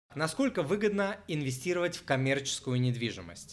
Насколько выгодно инвестировать в коммерческую недвижимость?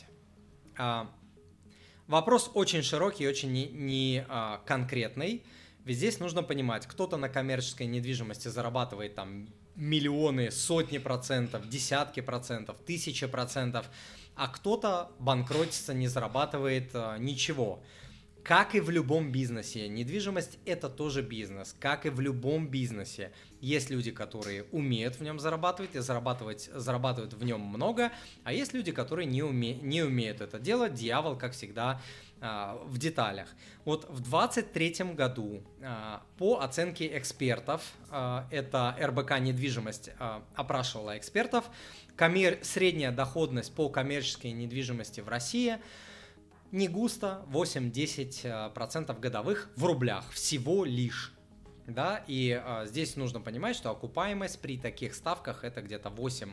Вопрос очень широкий и очень не конкретный. Ведь здесь нужно понимать, кто-то на коммерческой недвижимости зарабатывает там миллионы, сотни процентов, десятки процентов, тысячи процентов, а кто-то банкротится, не зарабатывает ничего. Как и в любом бизнесе, недвижимость – это тоже бизнес. Как и в любом бизнесе, есть люди, которые умеют в нем зарабатывать и зарабатывают в нем много, а есть люди, которые не умеют это делать. Дьявол, как всегда, в деталях. Вот в 2023 году по оценке экспертов, это РБК «Недвижимость» опрашивала экспертов, средняя доходность по коммерческой недвижимости в России – не густо, 8-10% годовых в рублях всего лишь. Да? И здесь нужно понимать, что окупаемость при таких ставках это где-то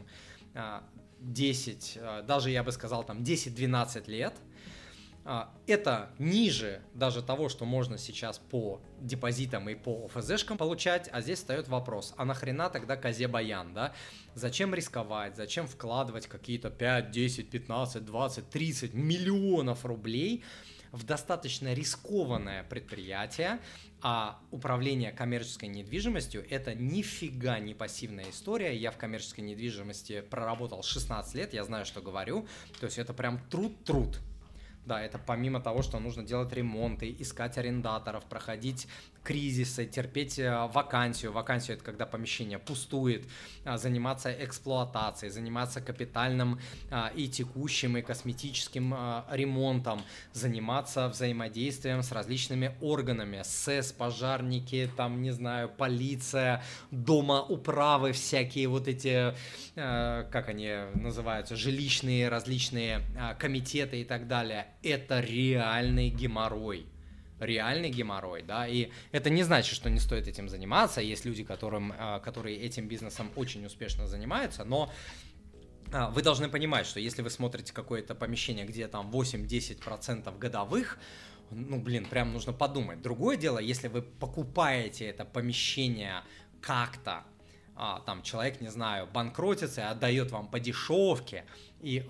8-10, даже я бы сказал там 10-12 лет. Это ниже даже того, что можно сейчас по депозитам и по ОФЗшкам получать, а здесь встает вопрос, а нахрена тогда козе-баян, да? Зачем рисковать, зачем вкладывать какие-то 5, 10, 15, 20, 30 миллионов рублей в достаточно рискованное предприятие, а управление коммерческой недвижимостью – это нифига не пассивная история. Я в коммерческой недвижимости проработал 16 лет, я знаю, что говорю, то есть это прям труд. Да, это помимо того, что нужно делать ремонты, искать арендаторов, проходить кризисы, терпеть вакансию. Вакансию – это когда помещение пустует, заниматься эксплуатацией, заниматься капитальным и текущим, и косметическим ремонтом, заниматься взаимодействием с различными органами, СЭС, пожарники, там, не знаю, полиция, домоуправы, всякие вот эти, как они называются, жилищные различные комитеты и так далее. Это реальный геморрой. Реальный геморрой, да, и это не значит, что не стоит этим заниматься, есть люди, которые этим бизнесом очень успешно занимаются, но вы должны понимать, что если вы смотрите какое-то помещение, где там 8-10% годовых, прям нужно подумать. Другое дело, если вы покупаете это помещение как-то, там человек, не знаю, банкротится и отдает вам по дешевке, и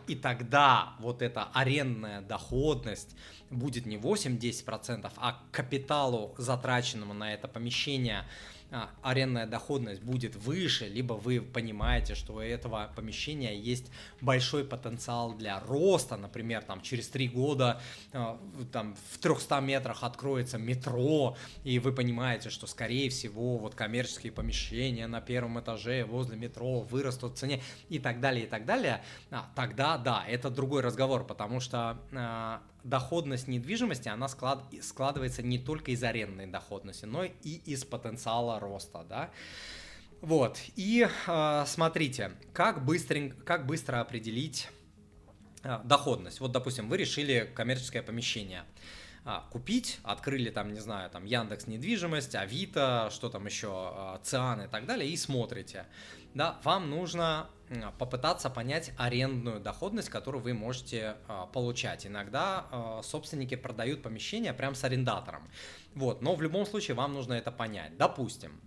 тогда вот эта арендная доходность будет не 8-10%, а к капиталу, затраченному на это помещение, арендная доходность будет выше, либо вы понимаете, что у этого помещения есть большой потенциал для роста, например, там через 3 года там в 300 метрах откроется метро, и вы понимаете, что скорее всего вот коммерческие помещения на первом этаже возле метро вырастут в цене и так далее, тогда да, это другой разговор, потому что доходность недвижимости, она складывается не только из арендной доходности, но и из потенциала роста, да. Вот, и смотрите, как быстро определить доходность. Вот, допустим, вы решили коммерческое помещение купить, открыли там, не знаю, там Яндекс недвижимость, Авито, что там еще, Циан и так далее, и смотрите. Да, вам нужно попытаться понять арендную доходность, которую вы можете получать. Иногда собственники продают помещение прямо с арендатором. Вот, но в любом случае вам нужно это понять. Допустим,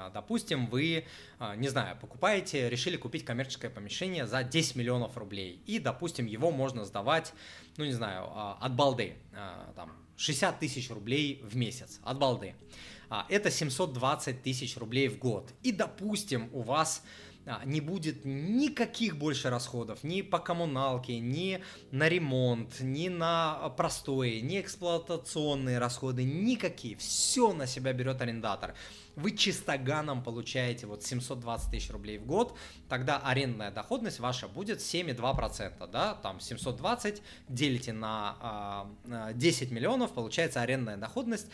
вы, не знаю, решили купить коммерческое помещение за 10 миллионов рублей. И, допустим, его можно сдавать, не знаю, от балды, там, 60 тысяч рублей в месяц от балды. Это 720 тысяч рублей в год. И, допустим, у вас не будет никаких больше расходов ни по коммуналке, ни на ремонт, ни на простое, ни эксплуатационные расходы, никакие. Все на себя берет арендатор. Вы чистоганом получаете вот 720 тысяч рублей в год, тогда арендная доходность ваша будет 7,2%, да, там 720 делите на 10 миллионов, получается арендная доходность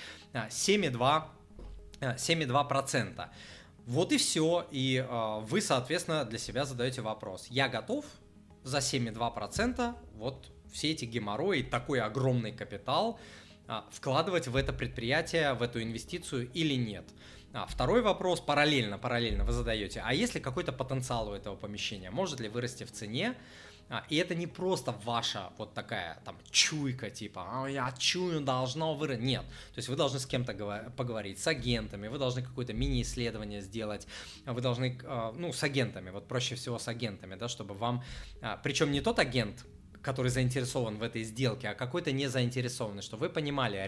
7,2%. Вот и все, и вы, соответственно, для себя задаете вопрос, я готов за 7,2% вот все эти геморрои, такой огромный капитал вкладывать в это предприятие, в эту инвестицию или нет. Второй вопрос параллельно вы задаете, а есть ли какой-то потенциал у этого помещения, может ли вырасти в цене, И это не просто ваша вот такая там чуйка, типа, я чую, должно вырасти. Нет, то есть вы должны с кем-то поговорить, с агентами, вы должны какое-то мини-исследование сделать, вы должны, с агентами, вот проще всего с агентами, да, чтобы вам, причем не тот агент, который заинтересован в этой сделке, а какой-то не заинтересованный, чтобы вы понимали,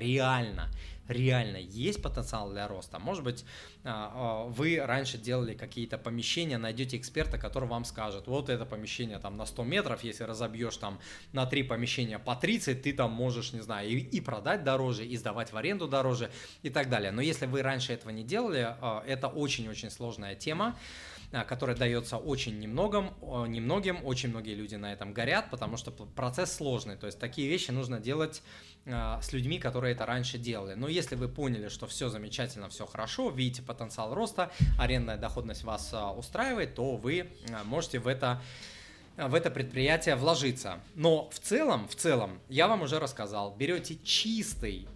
реально есть потенциал для роста. Может быть, вы раньше делали какие-то помещения, найдете эксперта, который вам скажет, вот это помещение там на 100 метров, если разобьешь там на 3 помещения по 30, ты там можешь, не знаю, и продать дороже, и сдавать в аренду дороже и так далее. Но если вы раньше этого не делали, это очень-очень сложная тема, которая дается очень немногим, очень многие люди на этом горят, потому что процесс сложный, то есть такие вещи нужно делать с людьми, которые это раньше делали. Но если вы поняли, что все замечательно, все хорошо, видите потенциал роста, арендная доходность вас устраивает, то вы можете в это предприятие вложиться. Но в целом, я вам уже рассказал, берете чистый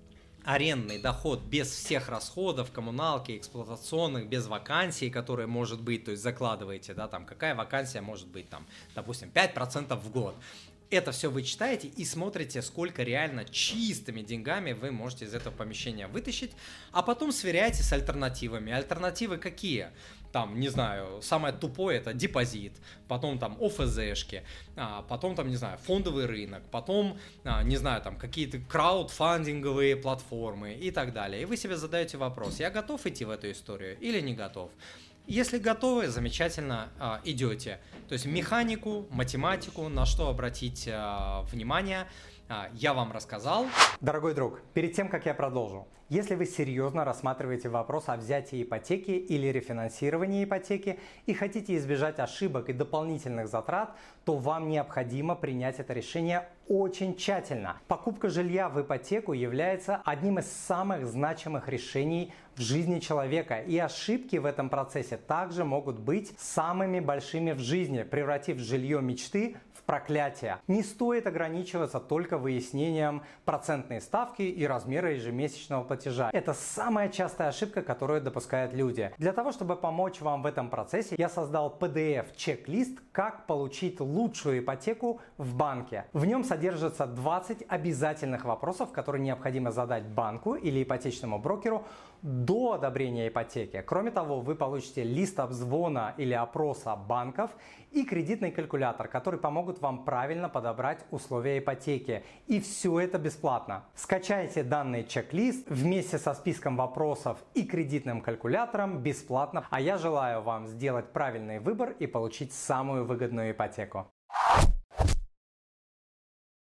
арендный доход без всех расходов, коммуналки, эксплуатационных, без вакансий, которые может быть, то есть закладываете, да, там какая вакансия может быть, там, допустим, 5% в год. Это все вы читаете и смотрите, сколько реально чистыми деньгами вы можете из этого помещения вытащить, а потом сверяете с альтернативами. Альтернативы какие? Там, не знаю, самое тупое это депозит, потом там ОФЗшки, потом там, не знаю, фондовый рынок, потом, не знаю, там какие-то краудфандинговые платформы и так далее. И вы себе задаете вопрос, я готов идти в эту историю или не готов? Если готовы, замечательно идете. То есть механику, математику, на что обратить внимание, я вам рассказал. Дорогой друг, перед тем, как я продолжу, если вы серьезно рассматриваете вопрос о взятии ипотеки или рефинансировании ипотеки и хотите избежать ошибок и дополнительных затрат, то вам необходимо принять это решение очень тщательно. Покупка жилья в ипотеку является одним из самых значимых решений в жизни человека, и ошибки в этом процессе также могут быть самыми большими в жизни, превратив жилье мечты в проклятие. Не стоит ограничиваться только выяснением процентной ставки и размера ежемесячного платежа. Это самая частая ошибка, которую допускают люди. Для того, чтобы помочь вам в этом процессе, я создал PDF-чек-лист, как получить лучшую ипотеку в банке. В нем содержится 20 обязательных вопросов, которые необходимо задать банку или ипотечному брокеру до одобрения ипотеки. Кроме того, вы получите лист обзвона или опроса банков и кредитный калькулятор, который помогут вам правильно подобрать условия ипотеки. И все это бесплатно. Скачайте данный чек-лист вместе со списком вопросов и кредитным калькулятором бесплатно. А я желаю вам сделать правильный выбор и получить самую выгодную ипотеку.